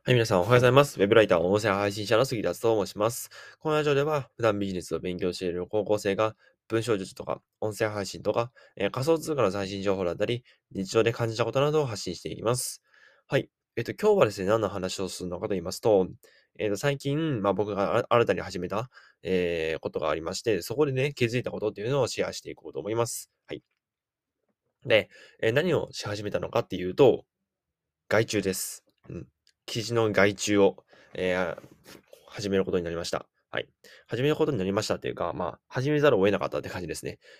はい、皆さんおはようございます。ウェブライター、音声配信者の杉田と申します。このラジオでは、普段ビジネスを勉強している高校生が、文章術とか、音声配信とか、仮想通貨の最新情報だったり、日常で感じたことなどを発信していきます。はい。今日はですね、何の話をするのかと言いますと、最近、僕が新たに始めた、ことがありまして、そこでね、気づいたことっていうのをシェアしていこうと思います。はい。で、何をし始めたのかっていうと、外注です。うん。記事の外注を、えー始めることになりました。はい。始めることになりましたっていうか、始めざるを得なかったって感じですね。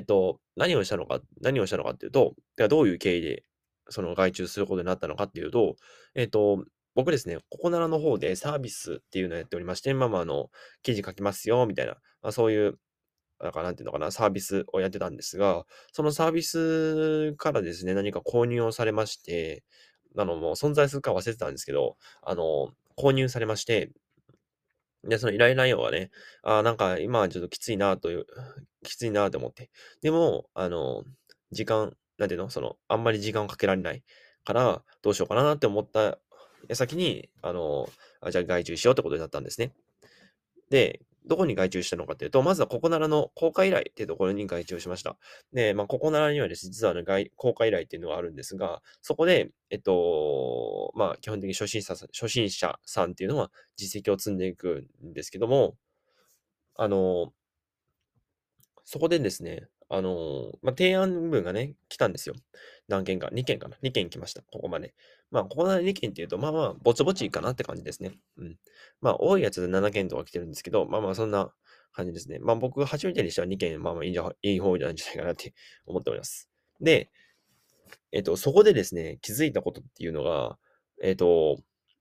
何をしたのかっていうと、ではどういう経緯で、その外注することになったのかっていうと、えっと、僕ですね、ココナラの方でサービスっていうのをやっておりまして、記事書きますよ、みたいな、そういう、なんていうのかな、サービスをやってたんですが、そのサービスからですね、何か購入をされまして、もう存在するか忘れてたんですけど、購入されまして、で、その依頼内容がね、なんか今はちょっときついなと思って。でも、なんていうの、あんまり時間をかけられないから、どうしようかなって思った矢先に、じゃあ外注しようってことになったんですね。で、どこに外注したのかというと、まずはココナラの公開依頼っていうところに外注しました。で、ココナラにはですね、実は公開依頼っていうのがあるんですが、そこで、基本的に初心者さんっていうのは実績を積んでいくんですけども、あの、そこでですね、提案文がね、来たんですよ。何件か、2件かな、2件来ました、ここまで。ここまで2件っていうと、ぼちぼちいいかなって感じですね。うん。多いやつで7件とか来てるんですけど、そんな感じですね。僕初めてにしては2件、いい方なんじゃないかなって思っております。で、そこでですね、気づいたことっていうのが、えっと、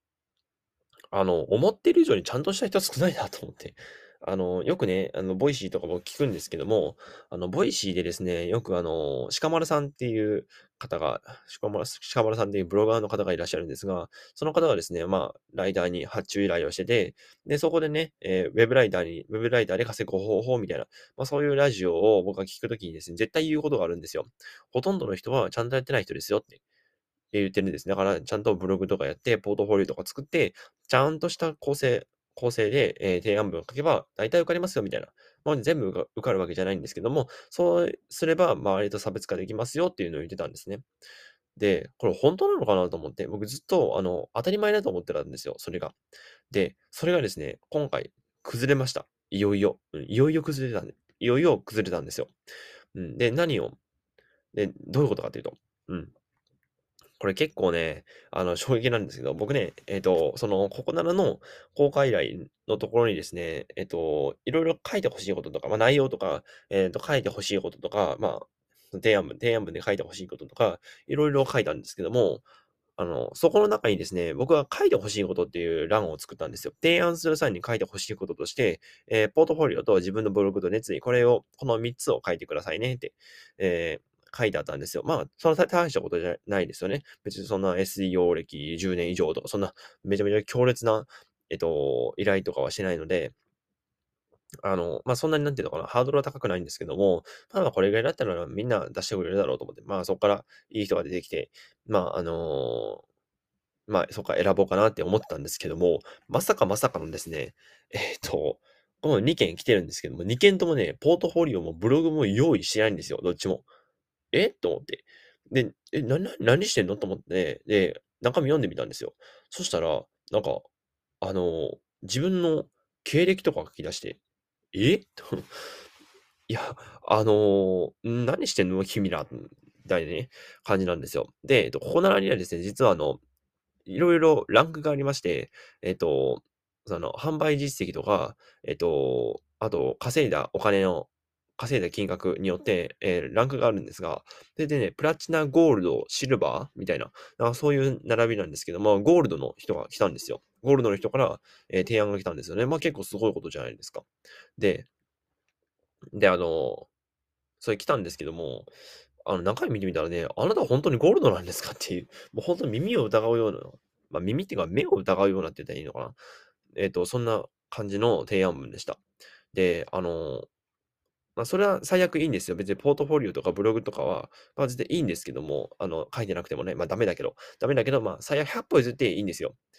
思ってる以上にちゃんとした人少ないなと思って。よくね、ボイシーとかも聞くんですけども、ボイシーでですね、よく鹿丸さんっていう方が、鹿丸さんっていうブロガーの方がいらっしゃるんですが、その方がですね、ライターに発注依頼をしてて、で、そこでね、ウェブライターで稼ぐ方法みたいな、そういうラジオを僕が聞くときにですね、絶対言うことがあるんですよ。ほとんどの人はちゃんとやってない人ですよって。言ってるんですね。だから、ちゃんとブログとかやって、ポートフォリオとか作って、ちゃんとした構成で、提案文を書けば、大体受かりますよみたいな。全部受かるわけじゃないんですけども、そうすれば周りと差別化できますよっていうのを言ってたんですね。で、これ本当なのかなと思って、僕ずっと、当たり前だと思ってたんですよ、それが。で、それがですね、今回崩れました。いよいよ。いよいよ崩れたんですよ。うん。で、どういうことかというと、うん。これ結構ね、衝撃なんですけど、僕ね、そのココナラの公開依頼のところにですね、いろいろ書いて欲しいこととか、内容とか、書いて欲しいこととか、提案文で書いて欲しいこととか、いろいろ書いたんですけども、そこの中にですね、僕は書いて欲しいことっていう欄を作ったんですよ。提案する際に書いて欲しいこととして、ポートフォリオと自分のブログと熱意、この3つを書いてくださいねって、書いてあったんですよ。その大したことじゃないですよね。別にそんな SEO 歴10年以上とか、そんなめちゃめちゃ強烈な、依頼とかはしてないので、そんなになんていうのかな、ハードルは高くないんですけども、これぐらいだったらみんな出してくれるだろうと思って、そこからいい人が出てきて、まあ、あのそっか、選ぼうかなって思ってたんですけども、まさかのですね、この2件来てるんですけども、2件ともね、ポートフォリオもブログも用意してないんですよ、どっちも。と思って。で、何してんのと思って、で、中身読んでみたんですよ。そしたら、なんか、あの、自分の経歴とか書き出して、と、いや、何してんの君ら、みたいなね、感じなんですよ。で、ここならにはですね、実はいろいろランクがありまして、えっと、販売実績とか、あと、稼いだ金額によって、ランクがあるんですが、でね、プラチナ、ゴールド、シルバーみたいな、そういう並びなんですけども、ゴールドの人が来たんですよ。ゴールドの人から、提案が来たんですよね。結構すごいことじゃないですか。で、で、それ来たんですけども、中身見てみたらね、あなたは本当にゴールドなんですかっていう、もう本当に耳を疑うような、耳っていうか目を疑うようなって言ったらいいのかな。そんな感じの提案文でした。で、それは最悪いいんですよ。別にポートフォリオとかブログとかは、全然いいんですけども、書いてなくてもね、ダメだけど、最悪100歩譲っていいんですよ。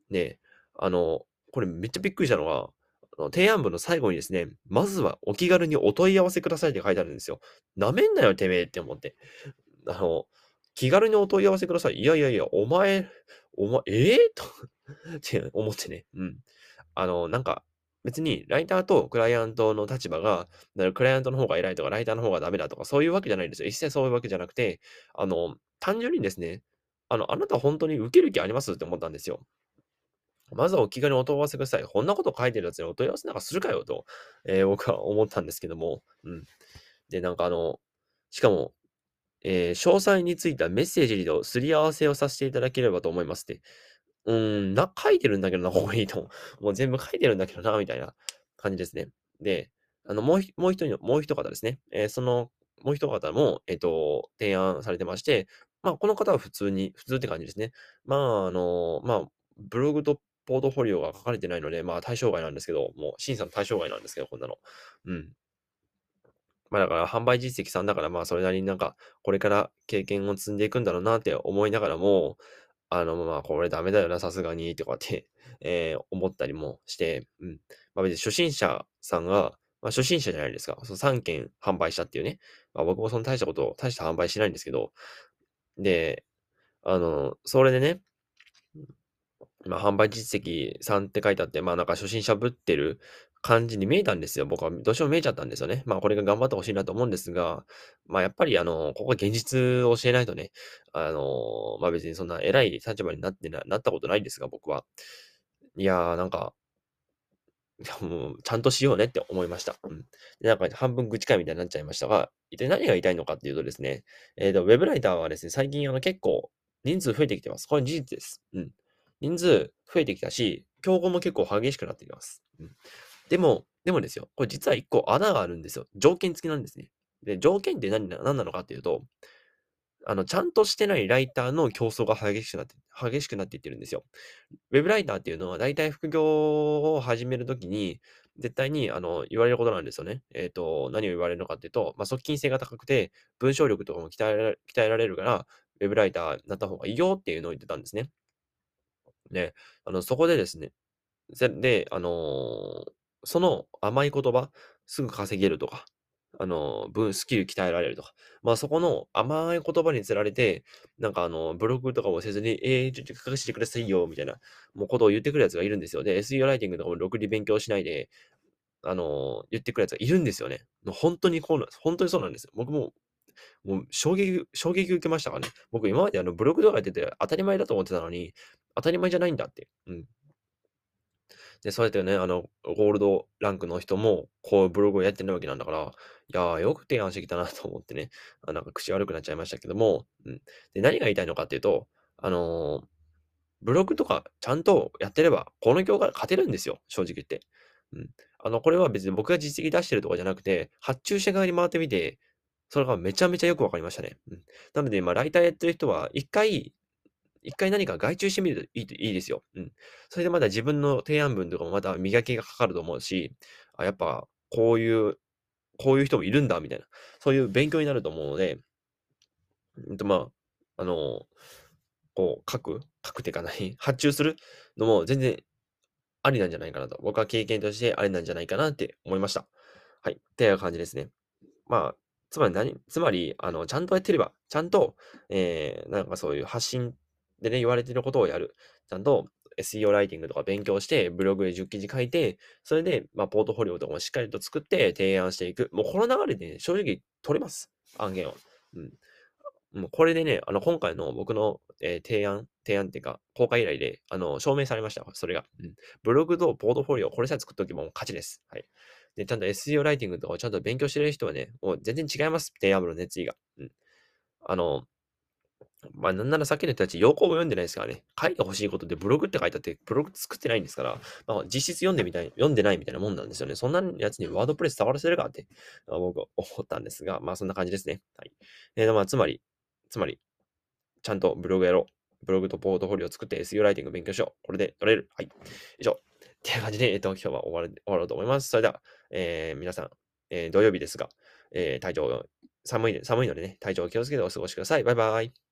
で、これめっちゃびっくりしたのが、提案文の最後にですね、まずはお気軽にお問い合わせくださいって書いてあるんですよ。なめんなよ、てめえって思って。あの、気軽にお問い合わせください。いやいやいや、お前、とって思ってね。うん。なんか、別にライターとクライアントの立場が、クライアントの方が偉いとか、ライターの方がダメだとか、そういうわけじゃないんですよ。一切そういうわけじゃなくて、単純にですね、あなた本当に受ける気ありますって思ったんですよ。まずはお気軽にお問い合わせください。こんなこと書いてるやつにお問い合わせなんかするかよと、僕は思ったんですけども、うん。で、しかも、詳細についたメッセージとすり合わせをさせていただければと思いますって。書いてるんだけどな、ここにと。もう全部書いてるんだけどな、みたいな感じですね。で、もう一方ですね。もう一方も、提案されてまして、まあ、この方は普通って感じですね。ブログとポートフォリオが書かれてないので、まあ、対象外なんですけど、もう審査の対象外なんですけど、こんなの。うん。まあ、だから販売実績3だから、まあ、それなりにこれから経験を積んでいくんだろうなって思いながらも、まあ、これダメだよな、さすがに、とかって、思ったりもして、うん。まあ、別に初心者さんが、まあ、初心者じゃないですか。その3件販売したっていうね。まあ、僕もその大した販売しないんですけど、で、それでね、まあ、販売実績3って書いてあって、まあ、初心者ぶってる感じに見えたんですよ。僕はどうしても見えちゃったんですよね。まあ、これが頑張ってほしいなと思うんですが、まあ、やっぱりここは現実を教えないとね、まあ、別にそんな偉い立場になったことないんですが、僕は。いやー、いや、もう、ちゃんとしようねって思いました。うん。で、半分愚痴会みたいになっちゃいましたが、一体何が言いたいのかっていうとですね、ウェブライターはですね、最近結構人数増えてきてます。これ事実です。うん。人数増えてきたし、競合も結構激しくなってきます。うん。でもですよ、これ実は一個穴があるんですよ。条件付きなんですね。で、条件って何なのかっていうと、ちゃんとしてないライターの競争が激しくなっていってるんですよ。ウェブライターっていうのは、大体副業を始めるときに、絶対に、言われることなんですよね。何を言われるのかっていうと、まあ、側近性が高くて、文章力とかも鍛えられるから、ウェブライターになった方がいいよっていうのを言ってたんですね。で、そこでですね、で、その甘い言葉、すぐ稼げるとか、スキル鍛えられるとか、まあ、そこの甘い言葉に釣られて、ブログとかもせずに、ちょっと書かせてくださいよ、みたいな、もうことを言ってくるやつがいるんですよ。で、SEO ライティングとかもろくに勉強しないで、言ってくるやつがいるんですよね。もう本当に本当にそうなんですよ。僕も、もう衝撃受けましたからね。僕今までブログとかやってて当たり前だと思ってたのに、当たり前じゃないんだって。うん。で、そうやってね、ゴールドランクの人も、こうブログをやってるわけなんだから、いやー、よく提案してきたなと思ってね、口悪くなっちゃいましたけども、うん。で、何が言いたいのかっていうと、あの、ブログとかちゃんとやってれば、この業界勝てるんですよ、正直言って。うん。これは別に僕が実績出してるとかじゃなくて、発注者側に回ってみて、それがめちゃめちゃよくわかりましたね。うん。なので、まあ、ライターやってる人は、一回何か外注してみるといいですよ。うん。それでまた自分の提案文とかもまた磨きがかかると思うし、あ、やっぱこういう人もいるんだみたいな、そういう勉強になると思うので、まあ、書くっていうか発注するのも全然ありなんじゃないかなと。僕は経験としてありなんじゃないかなって思いました。はい。っていう感じですね。まあ、つまり、ちゃんとやってれば、ちゃんと、そういう発信でね、言われてることをやる。ちゃんと SEO ライティングとか勉強して、ブログで10記事書いて、それで、まあ、ポートフォリオとかもしっかりと作って提案していく。もうこの流れでね、正直取れます。案件を。うん。もうこれでね、今回の僕の、提案っていうか、公開依頼で、証明されましたわ、それが。うん。ブログとポートフォリオ、これさえ作っとけばもう勝ちです。はい。で、ちゃんと SEO ライティングとかをちゃんと勉強してる人はね、もう全然違います。提案部の熱意が。うん。あの、まあ、なんならさっきの人たち、要項も読んでないですからね。書いてほしいことでブログって書いてあって、ブログ作ってないんですから、まあ、実質読んでないみたいなもんなんですよね。そんなやつにワードプレス触らせるかって、僕は思ったんですが、まあそんな感じですね。はい。まあ、つまり、ちゃんとブログやろう。ブログとポートフォリオを作って SEO ライティング勉強しよう。これで取れる。はい。以上。っていう感じで、今日は終わろうと思います。それでは、皆さん、土曜日ですが、寒いのでね、体調を気をつけてお過ごしください。バイバイ。